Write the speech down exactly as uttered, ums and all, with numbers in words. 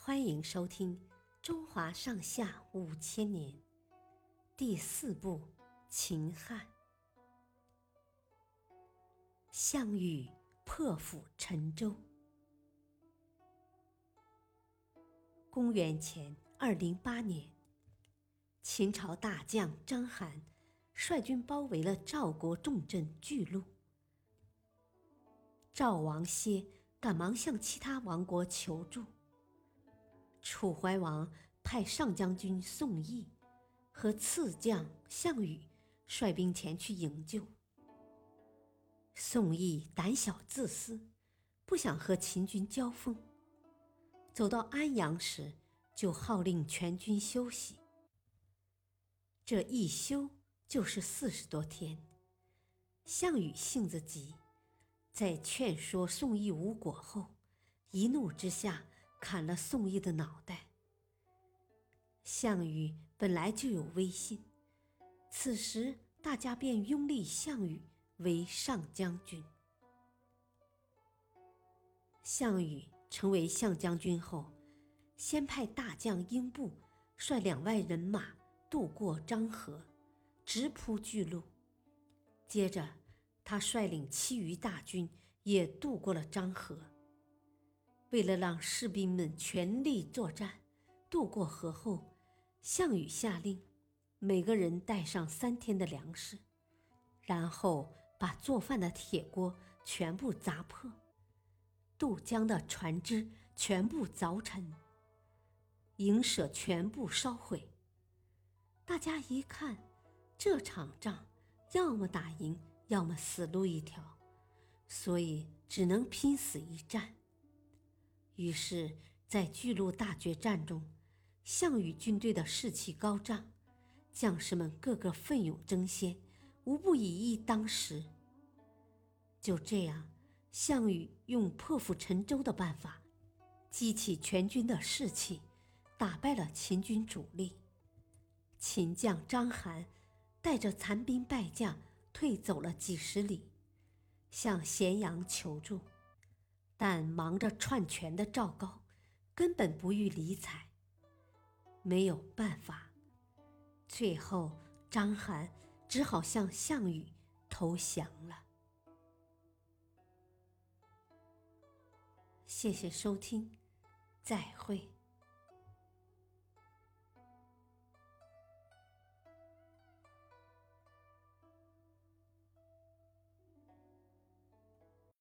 欢迎收听《中华上下五千年》第四部《秦汉》。项羽破釜沉舟。公元前二零八年，秦朝大将章邯率军包围了赵国重镇巨鹿。赵王歇赶忙向其他王国求助。楚怀王派上将军宋义和次将项羽率兵前去营救。宋义胆小自私，不想和秦军交锋，走到安阳时就号令全军休息。这一休就是四十多天。项羽性子急，在劝说宋义无果后，一怒之下砍了宋义的脑袋。项羽本来就有威信，此时大家便拥立项羽为上将军。项羽成为上将军后，先派大将英布率两万人马渡过漳河，直扑巨鹿。接着他率领其余大军也渡过了漳河。为了让士兵们全力作战，渡过河后，项羽下令每个人带上三天的粮食，然后把做饭的铁锅全部砸破，渡江的船只全部凿沉，营舍全部烧毁。大家一看，这场仗要么打赢，要么死路一条，所以只能拼死一战。于是在巨鹿大决战中，项羽军队的士气高涨，将士们个个奋勇争先，无不以一当十。就这样，项羽用破釜沉舟的办法激起全军的士气，打败了秦军主力。秦将章邯带着残兵败将退走了几十里，向咸阳求助，但忙着篡权的赵高根本不予理睬。没有办法，最后章邯只好向项羽投降了。谢谢收听，再会。